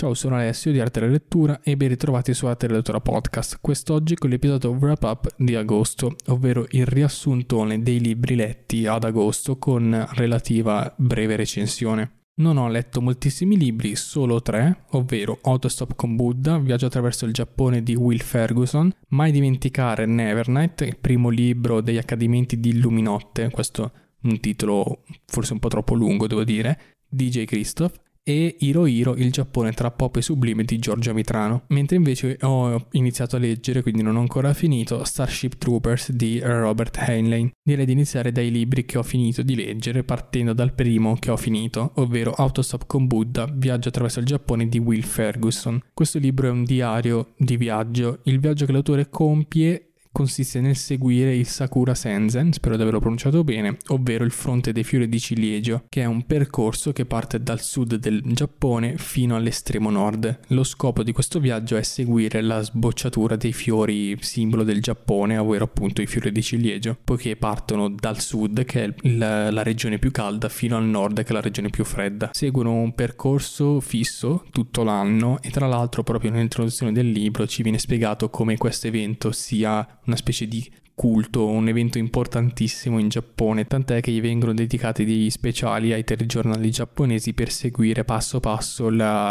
Ciao, sono Alessio di Arte della Lettura e ben ritrovati su Arte della Lettura Podcast. Quest'oggi con l'episodio Wrap Up di agosto, ovvero il riassuntone dei libri letti ad agosto con relativa breve recensione. Non ho letto moltissimi libri, solo 3, ovvero Autostop con Buddha, Viaggio attraverso il Giappone di Will Ferguson, Mai dimenticare Nevernight, il primo libro degli accadimenti di Illuminotte, questo è un titolo forse un po' troppo lungo devo dire, di J. Christoph, e Hiro Hiro, il Giappone tra pop e sublime di Giorgio Mitrano. Mentre invece ho iniziato a leggere, quindi non ho ancora finito, Starship Troopers di Robert Heinlein. Direi di iniziare dai libri che ho finito di leggere, partendo dal primo che ho finito, ovvero Autostop con Buddha, Viaggio attraverso il Giappone di Will Ferguson. Questo libro è un diario di viaggio. Il viaggio che l'autore compie consiste nel seguire il Sakura Senzen, spero di averlo pronunciato bene, ovvero il fronte dei fiori di ciliegio, che è un percorso che parte dal sud del Giappone fino all'estremo nord. Lo scopo di questo viaggio è seguire la sbocciatura dei fiori simbolo del Giappone, ovvero appunto i fiori di ciliegio, poiché partono dal sud, che è la regione più calda, fino al nord, che è la regione più fredda. Seguono un percorso fisso tutto l'anno e tra l'altro proprio nell'introduzione del libro ci viene spiegato come questo evento sia una specie di culto, un evento importantissimo in Giappone, tant'è che gli vengono dedicati degli speciali ai telegiornali giapponesi per seguire passo passo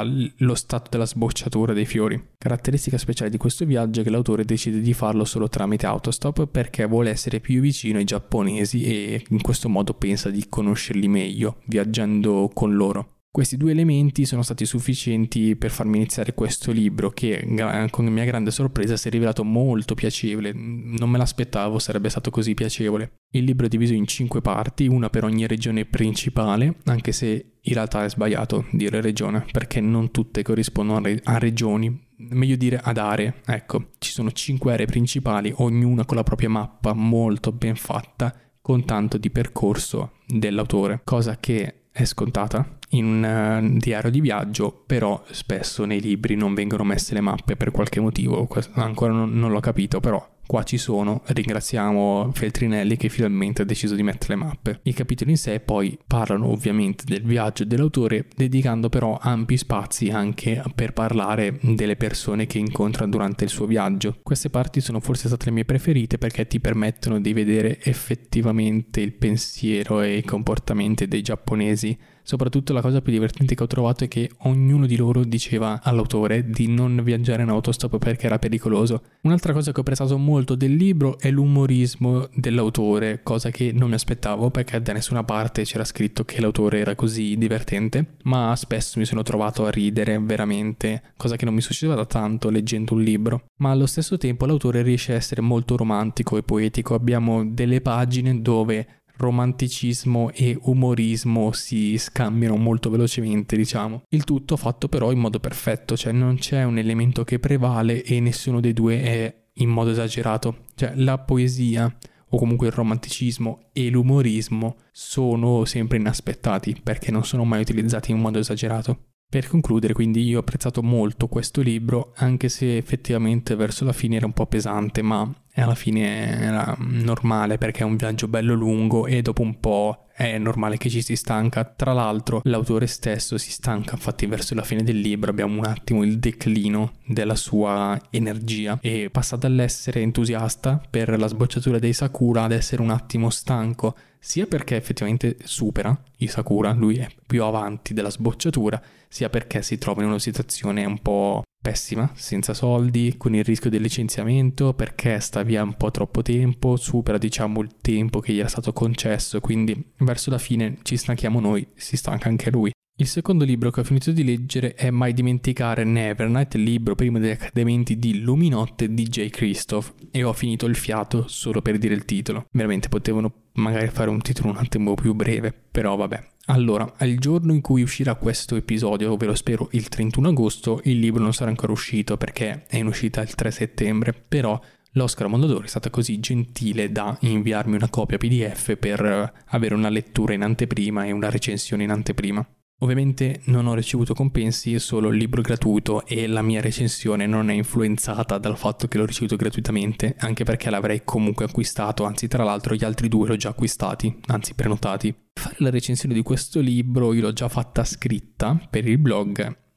lo stato della sbocciatura dei fiori. Caratteristica speciale di questo viaggio è che l'autore decide di farlo solo tramite autostop perché vuole essere più vicino ai giapponesi e in questo modo pensa di conoscerli meglio, viaggiando con loro. Questi due elementi sono stati sufficienti per farmi iniziare questo libro che, con mia grande sorpresa, si è rivelato molto piacevole. Non me l'aspettavo sarebbe stato così piacevole. Il libro è diviso in 5 parti, una per ogni regione principale, anche se in realtà è sbagliato dire regione, perché non tutte corrispondono a regioni, meglio dire ad aree. Ecco, ci sono 5 aree principali, ognuna con la propria mappa molto ben fatta, con tanto di percorso dell'autore, cosa che è scontata in un diario di viaggio, però spesso nei libri non vengono messe le mappe per qualche motivo, ancora non l'ho capito, però qua ci sono. Ringraziamo Feltrinelli che finalmente ha deciso di mettere le mappe. I capitoli in sé poi parlano ovviamente del viaggio dell'autore, dedicando però ampi spazi anche per parlare delle persone che incontra durante il suo viaggio. Queste parti sono forse state le mie preferite perché ti permettono di vedere effettivamente il pensiero e i comportamenti dei giapponesi. Soprattutto la cosa più divertente che ho trovato è che ognuno di loro diceva all'autore di non viaggiare in autostop perché era pericoloso. Un'altra cosa che ho apprezzato molto del libro è l'umorismo dell'autore, cosa che non mi aspettavo perché da nessuna parte c'era scritto che l'autore era così divertente, ma spesso mi sono trovato a ridere veramente, cosa che non mi succedeva da tanto leggendo un libro. Ma allo stesso tempo l'autore riesce a essere molto romantico e poetico. Abbiamo delle pagine dove romanticismo e umorismo si scambiano molto velocemente, diciamo. Il tutto fatto però in modo perfetto, cioè non c'è un elemento che prevale e nessuno dei due è in modo esagerato. Cioè la poesia o comunque il romanticismo e l'umorismo sono sempre inaspettati perché non sono mai utilizzati in modo esagerato. Per concludere, quindi, io ho apprezzato molto questo libro, anche se effettivamente verso la fine era un po' pesante, ma alla fine era normale perché è un viaggio bello lungo e dopo un po' è normale che ci si stanca. Tra l'altro l'autore stesso si stanca, infatti verso la fine del libro abbiamo un attimo il declino della sua energia e passa dall'essere entusiasta per la sbocciatura dei Sakura ad essere un attimo stanco, sia perché effettivamente supera i Sakura, lui è più avanti della sbocciatura, sia perché si trova in una situazione un po' pessima, senza soldi, con il rischio del licenziamento, perché sta via un po' troppo tempo, supera diciamo il tempo che gli era stato concesso, quindi verso la fine ci stanchiamo noi, si stanca anche lui. Il secondo libro che ho finito di leggere è Mai dimenticare Nevernight, il libro prima degli accadimenti di Illuminotte di J. Christoph, e ho finito il fiato solo per dire il titolo. Veramente potevano magari fare un titolo un attimo più breve, però vabbè. Allora, al giorno in cui uscirà questo episodio, ovvero spero il 31 agosto, il libro non sarà ancora uscito perché è in uscita il 3 settembre, però l'Oscar Mondadori è stata così gentile da inviarmi una copia PDF per avere una lettura in anteprima e una recensione in anteprima. Ovviamente non ho ricevuto compensi, solo il libro gratuito e la mia recensione non è influenzata dal fatto che l'ho ricevuto gratuitamente, anche perché l'avrei comunque acquistato, anzi tra l'altro gli altri 2 l'ho già acquistati, anzi prenotati. Fare la recensione di questo libro io l'ho già fatta scritta per il blog,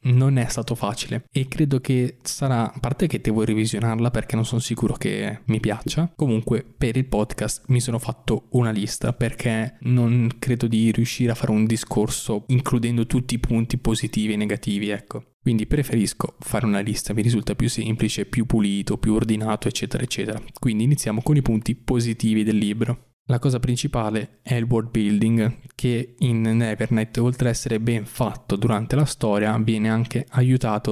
non è stato facile e credo che sarà, a parte che devo revisionarla perché non sono sicuro che mi piaccia, comunque per il podcast mi sono fatto una lista perché non credo di riuscire a fare un discorso includendo tutti i punti positivi e negativi, ecco. Quindi preferisco fare una lista, mi risulta più semplice, più pulito, più ordinato, eccetera, eccetera. Quindi iniziamo con i punti positivi del libro. La cosa principale è il world building, che in Nevernight, oltre ad essere ben fatto durante la storia, viene anche aiutato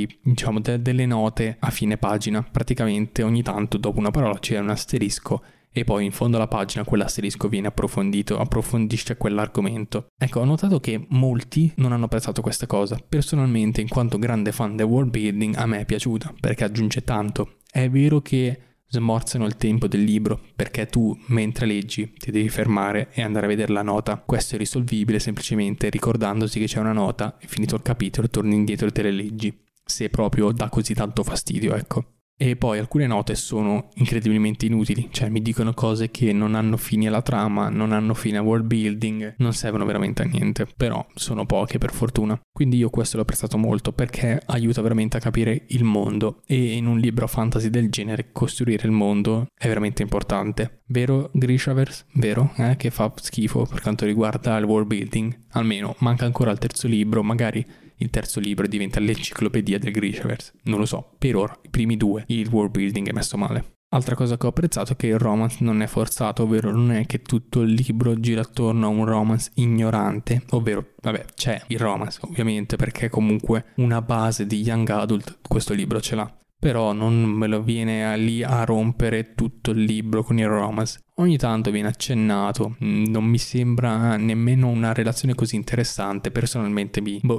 delle note a fine pagina. Praticamente ogni tanto dopo una parola c'è un asterisco e poi in fondo alla pagina quell'asterisco viene approfondisce quell'argomento. Ecco, ho notato che molti non hanno apprezzato questa cosa. Personalmente, in quanto grande fan del world building, a me è piaciuta perché aggiunge tanto. È vero che smorzano il tempo del libro perché tu mentre leggi ti devi fermare e andare a vedere la nota. Questo è risolvibile semplicemente ricordandosi che c'è una nota e finito il capitolo torni indietro e te le leggi, se proprio dà così tanto fastidio, ecco. E poi alcune note sono incredibilmente inutili, cioè mi dicono cose che non hanno fine alla trama, non hanno fine al world building, non servono veramente a niente, però sono poche per fortuna. Quindi io questo l'ho apprezzato molto perché aiuta veramente a capire il mondo e in un libro fantasy del genere costruire il mondo è veramente importante. Vero Grishaverse? Vero? Che fa schifo per quanto riguarda il world building? Almeno manca ancora il terzo libro, magari il terzo libro diventa l'enciclopedia del Grishaverse, non lo so, per ora i primi due il world building è messo male. Altra cosa che ho apprezzato è che il romance non è forzato, ovvero non è che tutto il libro gira attorno a un romance ignorante, ovvero, vabbè, c'è il romance ovviamente perché comunque una base di young adult questo libro ce l'ha, però non me lo viene lì a rompere tutto il libro con il romance. Ogni tanto viene accennato, non mi sembra nemmeno una relazione così interessante, personalmente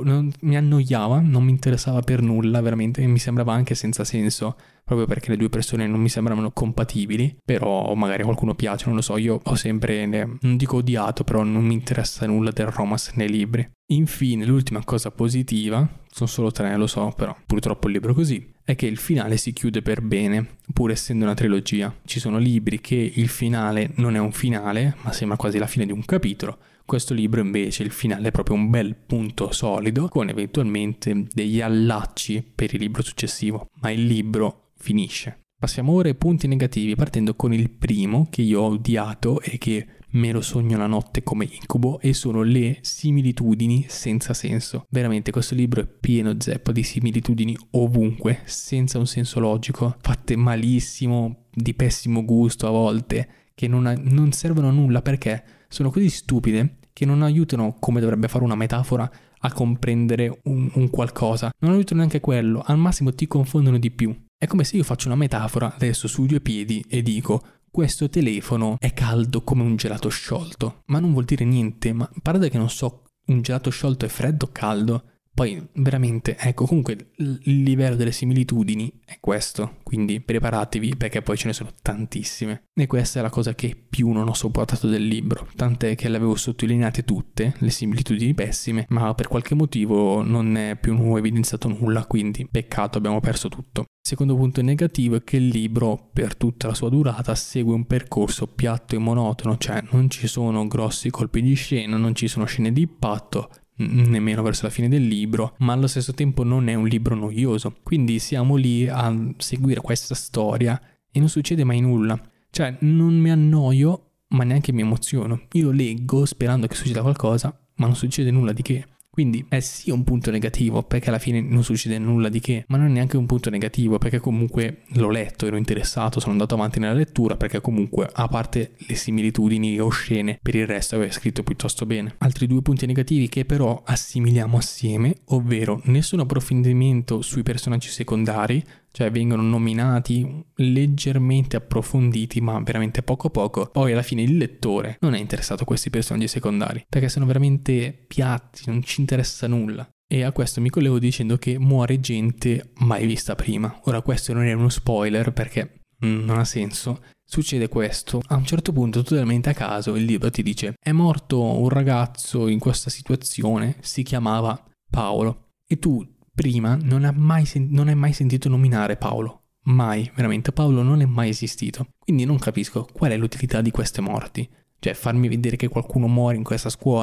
mi annoiava, non mi interessava per nulla, veramente mi sembrava anche senza senso, proprio perché le due persone non mi sembravano compatibili, però magari a qualcuno piace, non lo so, io ho sempre, non dico odiato, però non mi interessa nulla del romance nei libri. Infine, l'ultima cosa positiva, sono solo 3, lo so, però purtroppo il libro è così, è che il finale si chiude per bene, pur essendo una trilogia. Ci sono libri che il finale non è un finale, ma sembra quasi la fine di un capitolo. Questo libro invece il finale è proprio un bel punto solido, con eventualmente degli allacci per il libro successivo, ma il libro finisce. Passiamo ora ai punti negativi, partendo con il primo che io ho odiato e che me lo sogno la notte come incubo, e sono le similitudini senza senso. Veramente questo libro è pieno zeppo di similitudini ovunque, senza un senso logico, fatte malissimo, di pessimo gusto a volte, che non servono a nulla perché sono così stupide che non aiutano, come dovrebbe fare una metafora, a comprendere un qualcosa. Non aiutano neanche quello, al massimo ti confondono di più. È come se io faccio una metafora adesso su due piedi e dico: questo telefono è caldo come un gelato sciolto, ma non vuol dire niente, ma a parte che non so, un gelato sciolto è freddo o caldo? Poi veramente, ecco, comunque il livello delle similitudini è questo, quindi preparatevi perché poi ce ne sono tantissime. E questa è la cosa che più non ho sopportato del libro, tant'è che le avevo sottolineate tutte, le similitudini pessime, ma per qualche motivo non è più evidenziato nulla, quindi peccato, abbiamo perso tutto. Secondo punto negativo è che il libro, per tutta la sua durata, segue un percorso piatto e monotono, cioè non ci sono grossi colpi di scena, non ci sono scene di impatto, nemmeno verso la fine del libro, ma allo stesso tempo non è un libro noioso, quindi siamo lì a seguire questa storia e non succede mai nulla, cioè non mi annoio ma neanche mi emoziono, io leggo sperando che succeda qualcosa ma non succede nulla di che. Quindi è sì un punto negativo perché alla fine non succede nulla di che, ma non è neanche un punto negativo perché comunque l'ho letto, ero interessato, sono andato avanti nella lettura perché comunque, a parte le similitudini oscene, per il resto aveva scritto piuttosto bene. Altri due punti negativi che però assimiliamo assieme, ovvero nessun approfondimento sui personaggi secondari, cioè vengono nominati, leggermente approfonditi ma veramente poco poco, poi alla fine il lettore non è interessato a questi personaggi secondari perché sono veramente piatti, non ci interessa nulla. E a questo mi collego dicendo che muore gente mai vista prima. Ora questo non è uno spoiler perché non ha senso. Succede questo, a un certo punto totalmente a caso il libro ti dice: è morto un ragazzo in questa situazione, si chiamava Paolo, e tu prima non hai mai sentito nominare Paolo, mai, veramente Paolo non è mai esistito, quindi non capisco qual è l'utilità di queste morti, cioè farmi vedere che qualcuno muore in questa scuola,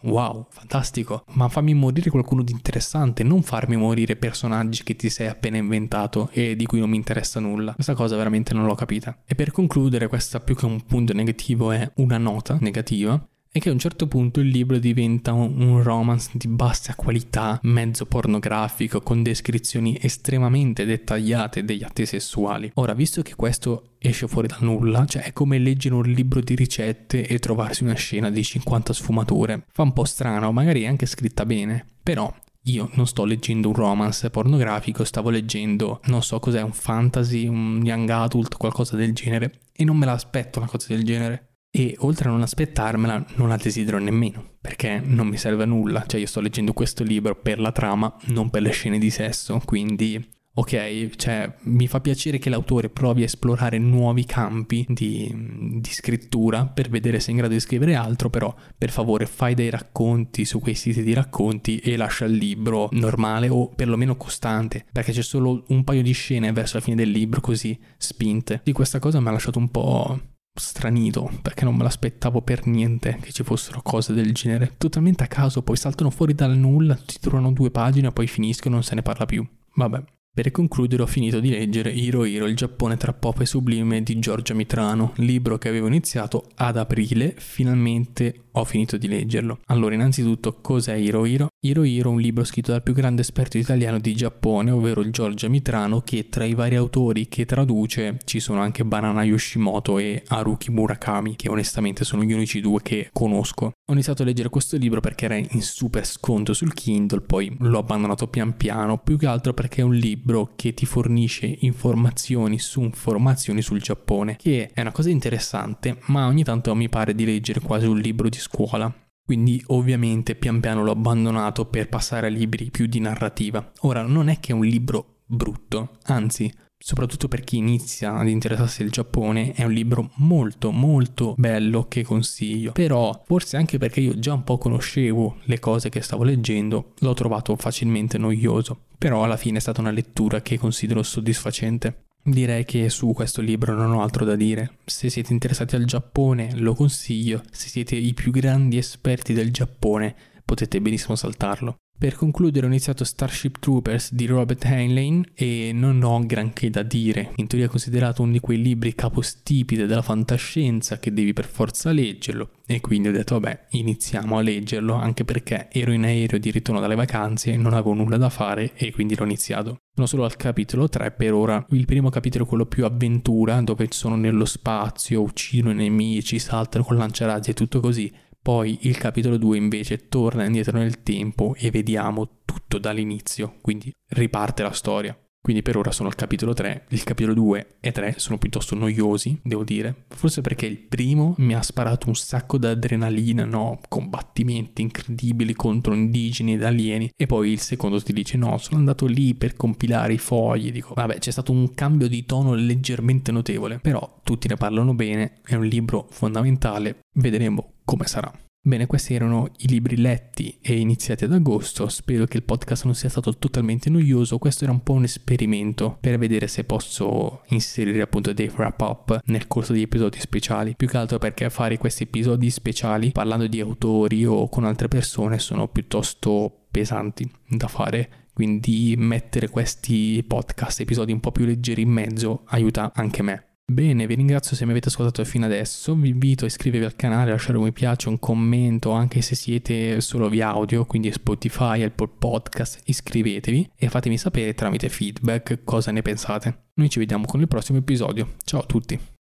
wow, fantastico, ma fammi morire qualcuno di interessante, non farmi morire personaggi che ti sei appena inventato e di cui non mi interessa nulla. Questa cosa veramente non l'ho capita. E per concludere, questa più che un punto negativo è una nota negativa, è che a un certo punto il libro diventa un romance di bassa qualità, mezzo pornografico, con descrizioni estremamente dettagliate degli atti sessuali. Ora, visto che questo esce fuori dal nulla, cioè è come leggere un libro di ricette e trovarsi una scena di 50 sfumature, fa un po' strano, magari è anche scritta bene, però io non sto leggendo un romance pornografico, stavo leggendo, non so cos'è, un fantasy, un young adult, qualcosa del genere, e non me l'aspetto una cosa del genere. E oltre a non aspettarmela, non la desidero nemmeno, perché non mi serve a nulla. Cioè io sto leggendo questo libro per la trama, non per le scene di sesso, quindi ok, cioè mi fa piacere che l'autore provi a esplorare nuovi campi di scrittura per vedere se è in grado di scrivere altro, però per favore fai dei racconti su quei siti di racconti e lascia il libro normale o perlomeno costante, perché c'è solo un paio di scene verso la fine del libro così spinte. Di questa cosa mi ha lasciato un po' stranito, perché non me l'aspettavo per niente che ci fossero cose del genere, totalmente a caso, poi saltano fuori dal nulla, si trovano 2 pagine, poi finiscono e non se ne parla più. Vabbè. Per concludere ho finito di leggere Hiro Hiro, il Giappone tra pop e sublime di Giorgio Mitrano, libro che avevo iniziato ad aprile, finalmente ho finito di leggerlo. Allora, innanzitutto, cos'è Hiro Hiro? Hiro Hiro è un libro scritto dal più grande esperto italiano di Giappone, ovvero il Giorgio Mitrano, che tra i vari autori che traduce ci sono anche Banana Yoshimoto e Haruki Murakami, che onestamente sono gli unici 2 che conosco. Ho iniziato a leggere questo libro perché era in super sconto sul Kindle, poi l'ho abbandonato pian piano, più che altro perché è un libro che ti fornisce informazioni su informazioni sul Giappone, che è una cosa interessante, ma ogni tanto mi pare di leggere quasi un libro di scuola. Quindi ovviamente pian piano l'ho abbandonato per passare a libri più di narrativa. Ora, non è che è un libro brutto, anzi, soprattutto per chi inizia ad interessarsi del Giappone, è un libro molto molto bello che consiglio. Però, forse anche perché io già un po' conoscevo le cose che stavo leggendo, l'ho trovato facilmente noioso. Però alla fine è stata una lettura che considero soddisfacente. Direi che su questo libro non ho altro da dire. Se siete interessati al Giappone lo consiglio, se siete i più grandi esperti del Giappone potete benissimo saltarlo. Per concludere ho iniziato Starship Troopers di Robert Heinlein e non ho granché da dire. In teoria è considerato uno di quei libri capostipite della fantascienza che devi per forza leggerlo, e quindi ho detto vabbè, iniziamo a leggerlo, anche perché ero in aereo di ritorno dalle vacanze e non avevo nulla da fare e quindi l'ho iniziato. Sono solo al capitolo 3 per ora. Il primo capitolo è quello più avventura, dove sono nello spazio, uccidono i nemici, saltano con lanciarazzi e tutto così. Poi il capitolo 2 invece torna indietro nel tempo e vediamo tutto dall'inizio, quindi riparte la storia. Quindi per ora sono al capitolo 3, il capitolo 2 e 3 sono piuttosto noiosi, devo dire. Forse perché il primo mi ha sparato un sacco d'adrenalina, no? Combattimenti incredibili contro indigeni ed alieni. E poi il secondo ti dice no, sono andato lì per compilare i fogli. Dico vabbè, c'è stato un cambio di tono leggermente notevole. Però tutti ne parlano bene, è un libro fondamentale, vedremo come sarà. Bene, questi erano i libri letti e iniziati ad agosto. Spero che il podcast non sia stato totalmente noioso. Questo era un po' un esperimento per vedere se posso inserire appunto dei wrap up nel corso di episodi speciali. Più che altro perché fare questi episodi speciali parlando di autori o con altre persone sono piuttosto pesanti da fare. Quindi mettere questi podcast, episodi un po' più leggeri in mezzo, aiuta anche me. Bene, vi ringrazio se mi avete ascoltato fino adesso, vi invito a iscrivervi al canale, a lasciare un mi piace, un commento, anche se siete solo via audio, quindi Spotify, Apple Podcast, iscrivetevi e fatemi sapere tramite feedback cosa ne pensate. Noi ci vediamo con il prossimo episodio, ciao a tutti!